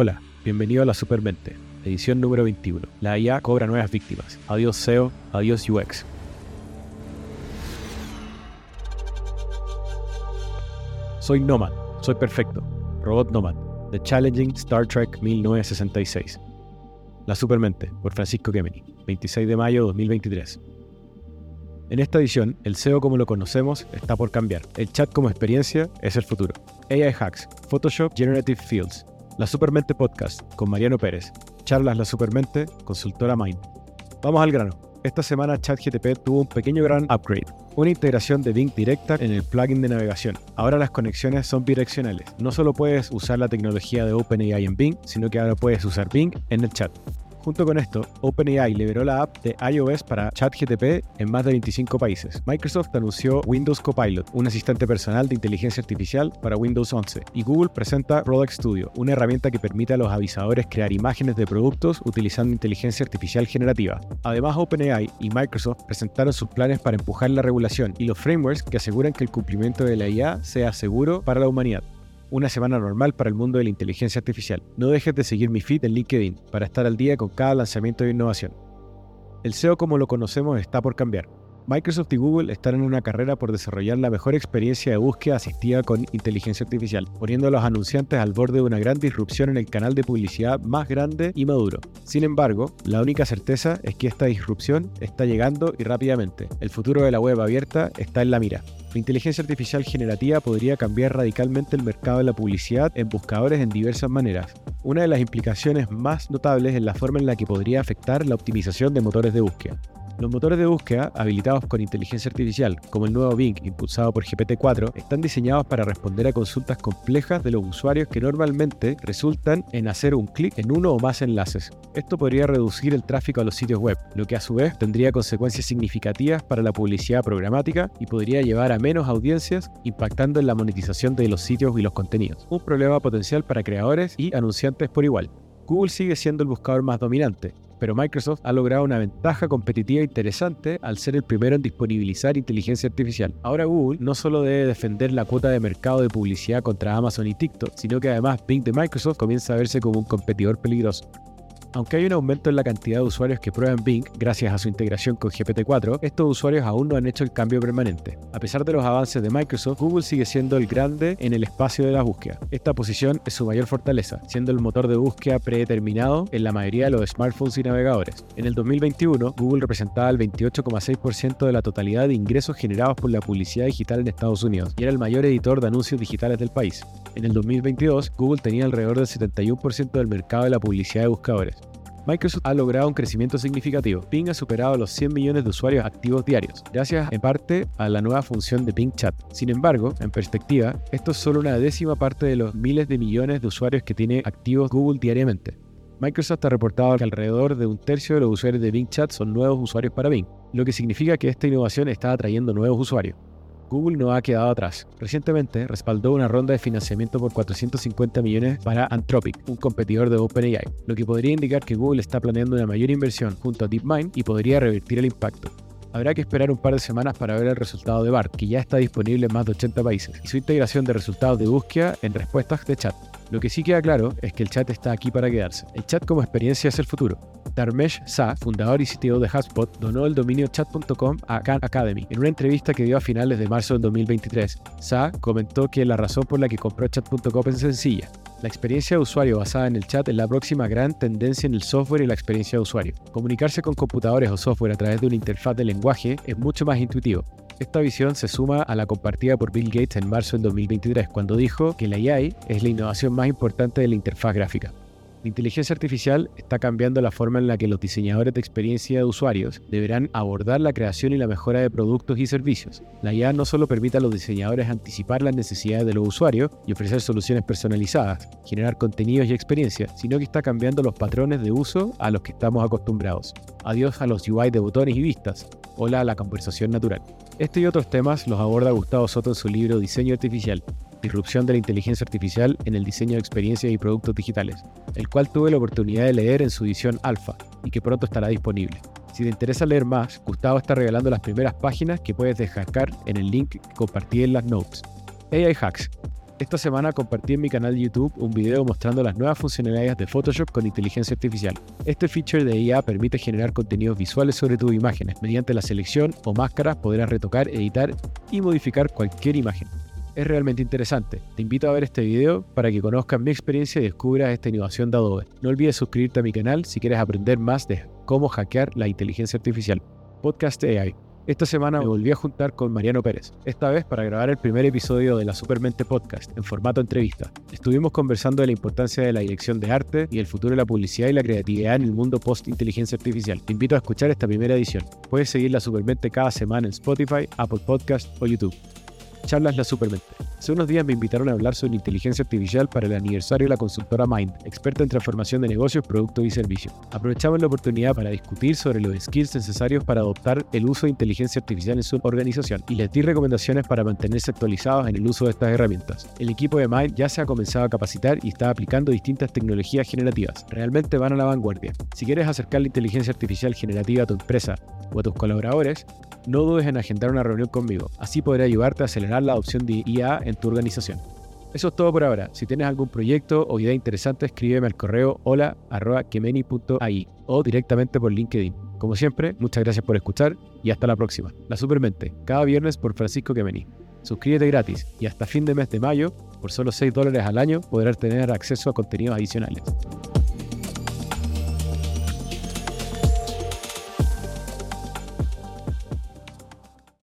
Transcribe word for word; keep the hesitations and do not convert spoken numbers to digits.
Hola, bienvenido a la Supermente, edición número veintiuno. La I A cobra nuevas víctimas. Adiós S E O, adiós U X. Soy Nomad, soy perfecto. Robot Nomad, The Challenging Star Trek mil novecientos sesenta y seis. La Supermente, por Francisco Gemini, veintiséis de mayo de dos mil veintitrés. En esta edición, el S E O como lo conocemos está por cambiar. El chat como experiencia es el futuro. A I Hacks, Photoshop Generative Fields. La Supermente Podcast con Mariano Pérez. Charlas La Supermente, consultora Mind. Vamos al grano. Esta semana ChatGPT tuvo un pequeño gran upgrade. Una integración de Bing directa en el plugin de navegación. Ahora las conexiones son bidireccionales. No solo puedes usar la tecnología de OpenAI en Bing, sino que ahora puedes usar Bing en el chat. Junto con esto, OpenAI liberó la app de iOS para ChatGPT en más de veinticinco países. Microsoft anunció Windows Copilot, un asistente personal de inteligencia artificial para Windows once. Y Google presenta Product Studio, una herramienta que permite a los avisadores crear imágenes de productos utilizando inteligencia artificial generativa. Además, OpenAI y Microsoft presentaron sus planes para empujar la regulación y los frameworks que aseguran que el cumplimiento de la I A sea seguro para la humanidad. Una semana normal para el mundo de la inteligencia artificial. No dejes de seguir mi feed en LinkedIn para estar al día con cada lanzamiento de innovación. El S E O como lo conocemos está por cambiar. Microsoft y Google están en una carrera por desarrollar la mejor experiencia de búsqueda asistida con inteligencia artificial, poniendo a los anunciantes al borde de una gran disrupción en el canal de publicidad más grande y maduro. Sin embargo, la única certeza es que esta disrupción está llegando y rápidamente. El futuro de la web abierta está en la mira. La inteligencia artificial generativa podría cambiar radicalmente el mercado de la publicidad en buscadores en diversas maneras. Una de las implicaciones más notables es la forma en la que podría afectar la optimización de motores de búsqueda. Los motores de búsqueda, habilitados con inteligencia artificial, como el nuevo Bing impulsado por G P T cuatro, están diseñados para responder a consultas complejas de los usuarios que normalmente resultan en hacer un clic en uno o más enlaces. Esto podría reducir el tráfico a los sitios web, lo que a su vez tendría consecuencias significativas para la publicidad programática y podría llevar a menos audiencias, impactando en la monetización de los sitios y los contenidos. Un problema potencial para creadores y anunciantes por igual. Google sigue siendo el buscador más dominante, pero Microsoft ha logrado una ventaja competitiva interesante al ser el primero en disponibilizar inteligencia artificial. Ahora Google no solo debe defender la cuota de mercado de publicidad contra Amazon y TikTok, sino que además Bing de Microsoft comienza a verse como un competidor peligroso. Aunque hay un aumento en la cantidad de usuarios que prueban Bing gracias a su integración con G P T cuatro, estos usuarios aún no han hecho el cambio permanente. A pesar de los avances de Microsoft, Google sigue siendo el grande en el espacio de la búsqueda. Esta posición es su mayor fortaleza, siendo el motor de búsqueda predeterminado en la mayoría de los smartphones y navegadores. En el dos mil veintiuno, Google representaba el veintiocho coma seis por ciento de la totalidad de ingresos generados por la publicidad digital en Estados Unidos y era el mayor editor de anuncios digitales del país. En el dos mil veintidós, Google tenía alrededor del setenta y uno por ciento del mercado de la publicidad de buscadores. Microsoft ha logrado un crecimiento significativo. Bing ha superado los cien millones de usuarios activos diarios, gracias en parte a la nueva función de Bing Chat. Sin embargo, en perspectiva, esto es solo una décima parte de los miles de millones de usuarios que tiene activos Google diariamente. Microsoft ha reportado que alrededor de un tercio de los usuarios de Bing Chat son nuevos usuarios para Bing, lo que significa que esta innovación está atrayendo nuevos usuarios. Google no ha quedado atrás. Recientemente respaldó una ronda de financiamiento por cuatrocientos cincuenta millones para Anthropic, un competidor de OpenAI, lo que podría indicar que Google está planeando una mayor inversión junto a DeepMind y podría revertir el impacto. Habrá que esperar un par de semanas para ver el resultado de BART, que ya está disponible en más de ochenta países, y su integración de resultados de búsqueda en respuestas de chat. Lo que sí queda claro es que el chat está aquí para quedarse. El chat como experiencia es el futuro. Dharmesh Shah, fundador y C T O de HubSpot, donó el dominio chat punto com a Khan Academy. En una entrevista que dio a finales de marzo del dos mil veintitrés, Shah comentó que la razón por la que compró chat punto com es sencilla. La experiencia de usuario basada en el chat es la próxima gran tendencia en el software y la experiencia de usuario. Comunicarse con computadores o software a través de una interfaz de lenguaje es mucho más intuitivo. Esta visión se suma a la compartida por Bill Gates en marzo del dos mil veintitrés, cuando dijo que la A I es la innovación más importante de la interfaz gráfica. La inteligencia artificial está cambiando la forma en la que los diseñadores de experiencia de usuarios deberán abordar la creación y la mejora de productos y servicios. La I A no solo permite a los diseñadores anticipar las necesidades de los usuarios y ofrecer soluciones personalizadas, generar contenidos y experiencias, sino que está cambiando los patrones de uso a los que estamos acostumbrados. Adiós a los U I de botones y vistas. Hola a la conversación natural. Este y otros temas los aborda Gustavo Soto en su libro Diseño Artificial, Disrupción de la inteligencia artificial en el diseño de experiencias y productos digitales, el cual tuve la oportunidad de leer en su edición alfa y que pronto estará disponible. Si te interesa leer más, Gustavo está regalando las primeras páginas que puedes descargar en el link que compartí en las notes. A I Hacks. Esta semana compartí en mi canal de YouTube un video mostrando las nuevas funcionalidades de Photoshop con inteligencia artificial. Este feature de I A permite generar contenidos visuales sobre tus imágenes. Mediante la selección o máscaras podrás retocar, editar y modificar cualquier imagen. Es realmente interesante. Te invito a ver este video para que conozcas mi experiencia y descubras esta innovación de Adobe. No olvides suscribirte a mi canal si quieres aprender más de cómo hackear la inteligencia artificial. Podcast A I. Esta semana me volví a juntar con Mariano Pérez, esta vez para grabar el primer episodio de la Supermente Podcast, en formato entrevista. Estuvimos conversando de la importancia de la dirección de arte y el futuro de la publicidad y la creatividad en el mundo post-inteligencia artificial. Te invito a escuchar esta primera edición. Puedes seguir la Supermente cada semana en Spotify, Apple Podcast o YouTube. Charlas La Supermente. Hace unos días me invitaron a hablar sobre inteligencia artificial para el aniversario de la consultora Mind, experta en transformación de negocios, productos y servicios. Aprovechamos la oportunidad para discutir sobre los skills necesarios para adoptar el uso de inteligencia artificial en su organización y les di recomendaciones para mantenerse actualizados en el uso de estas herramientas. El equipo de Mind ya se ha comenzado a capacitar y está aplicando distintas tecnologías generativas. Realmente van a la vanguardia. Si quieres acercar la inteligencia artificial generativa a tu empresa o a tus colaboradores, no dudes en agendar una reunión conmigo. Así podré ayudarte a acelerar la adopción de I A en tu organización. Eso es todo por ahora. Si tienes algún proyecto o idea interesante, escríbeme al correo hola arroba kemeny punto a i o directamente por LinkedIn. Como siempre, muchas gracias por escuchar y hasta la próxima. La Supermente, cada viernes por Francisco Kemeny. Suscríbete gratis y hasta fin de mes de mayo, por solo seis dólares al año, podrás tener acceso a contenidos adicionales.